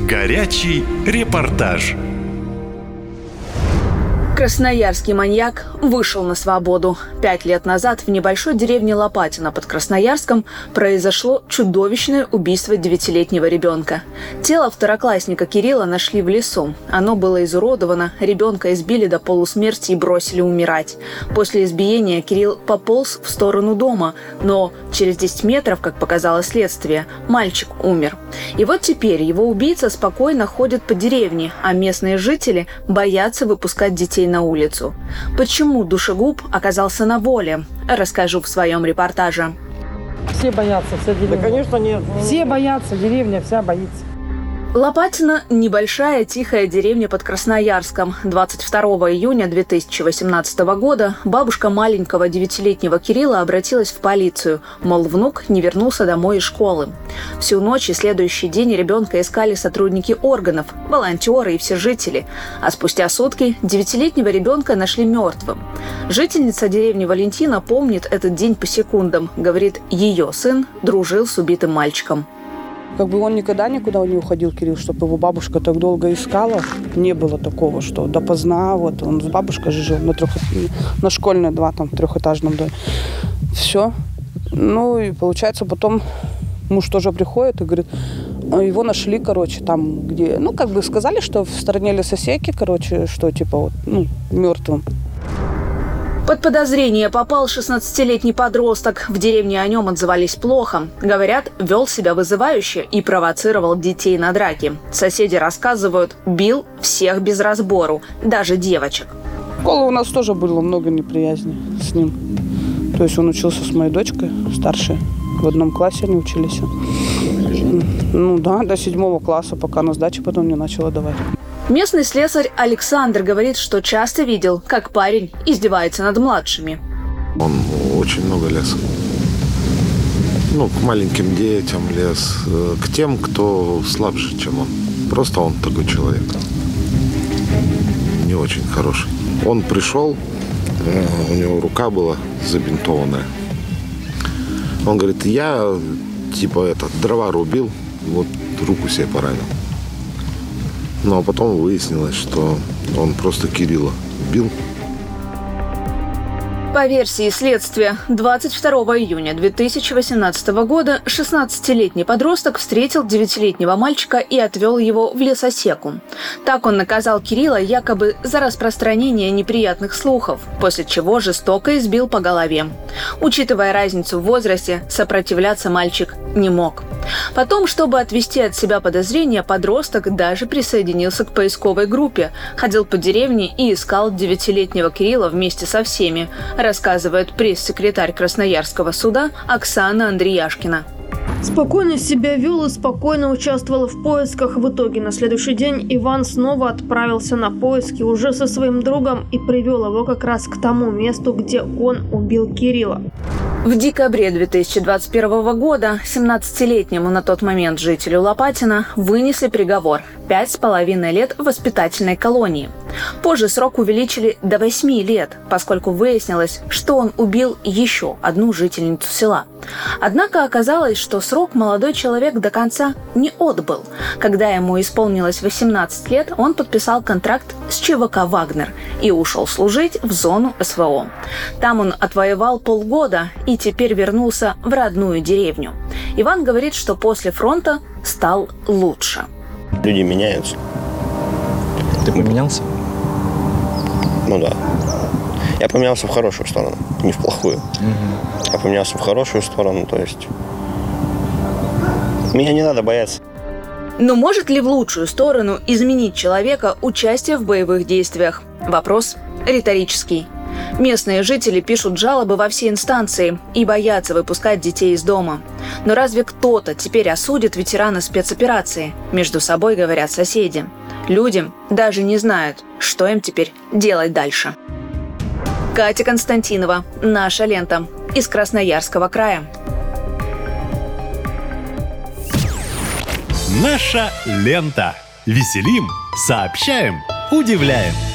Горячий репортаж. Красноярский маньяк вышел на свободу. 5 лет назад в небольшой деревне Лопатино под Красноярском произошло чудовищное убийство 9-летнего ребенка. Тело второклассника Кирилла нашли в лесу. Оно было изуродовано, ребенка избили до полусмерти и бросили умирать. После избиения Кирилл пополз в сторону дома, но через 10 метров, как показало следствие, мальчик умер. И вот теперь его убийца спокойно ходит по деревне, а местные жители боятся выпускать детей на улицу. Почему душегуб оказался на воле? Расскажу в своем репортаже. Все боятся, вся деревня. Да, конечно, нет. Все боятся, деревня вся боится. Лопатино – небольшая тихая деревня под Красноярском. 22 июня 2018 года бабушка маленького 9-летнего Кирилла обратилась в полицию, мол, внук не вернулся домой из школы. Всю ночь и следующий день ребенка искали сотрудники органов, волонтеры и все жители. А спустя сутки 9-летнего ребенка нашли мертвым. Жительница деревни Валентина помнит этот день по секундам. Говорит, ее сын дружил с убитым мальчиком. Он никогда никуда не уходил, Кирилл, чтобы его бабушка так долго искала. Не было такого, что допоздна, он с бабушкой жил на школьной 3-этажном доме. Все. И получается, потом муж тоже приходит и говорит, его нашли, там, где, сказали, что в стороне лесосеки, что, мертвым. Под подозрение попал 16-летний подросток. В деревне о нем отзывались плохо. Говорят, вел себя вызывающе и провоцировал детей на драки. Соседи рассказывают, бил всех без разбору, даже девочек. В школе у нас тоже было много неприязни с ним. То есть он учился с моей дочкой старшей. В одном классе они учились. До 7 класса, пока на сдаче потом не начала давать. Местный слесарь Александр говорит, что часто видел, как парень издевается над младшими. Он очень много лез. К маленьким детям лез, к тем, кто слабже, чем он. Просто он такой человек. Не очень хороший. Он пришел, у него рука была забинтованная. Он говорит, я дрова рубил, руку себе поранил. А потом выяснилось, что он просто Кирилла бил. По версии следствия, 22 июня 2018 года 16-летний подросток встретил 9-летнего мальчика и отвел его в лесосеку. Так он наказал Кирилла якобы за распространение неприятных слухов, после чего жестоко избил по голове. Учитывая разницу в возрасте, сопротивляться мальчик не мог. Потом, чтобы отвести от себя подозрения, подросток даже присоединился к поисковой группе, ходил по деревне и искал 9-летнего Кирилла вместе со всеми, рассказывает пресс-секретарь Красноярского суда Оксана Андреяшкина. Спокойно себя вел и спокойно участвовал в поисках. В итоге на следующий день Иван снова отправился на поиски уже со своим другом и привел его как раз к тому месту, где он убил Кирилла. В декабре 2021 года 17-летнему на тот момент жителю Лопатино вынесли приговор – 5,5 лет в воспитательной колонии. Позже срок увеличили до 8 лет, поскольку выяснилось, что он убил еще одну жительницу села. Однако оказалось, что срок молодой человек до конца не отбыл. Когда ему исполнилось 18 лет, он подписал контракт с ЧВК «Вагнер» и ушел служить в зону СВО. Там он отвоевал полгода и теперь вернулся в родную деревню. Иван говорит, что после фронта стал лучше. Люди меняются. Ты поменялся? Да. Я поменялся в хорошую сторону, не в плохую. Я поменялся в хорошую сторону, то есть меня не надо бояться. Но может ли в лучшую сторону изменить человека участие в боевых действиях? Вопрос риторический. Местные жители пишут жалобы во все инстанции и боятся выпускать детей из дома. Но разве кто-то теперь осудит ветерана спецоперации? Между собой говорят соседи. Люди даже не знают, что им теперь делать дальше. Катя Константинова, «Наша лента», из Красноярского края. Наша лента. Веселим, сообщаем, удивляем.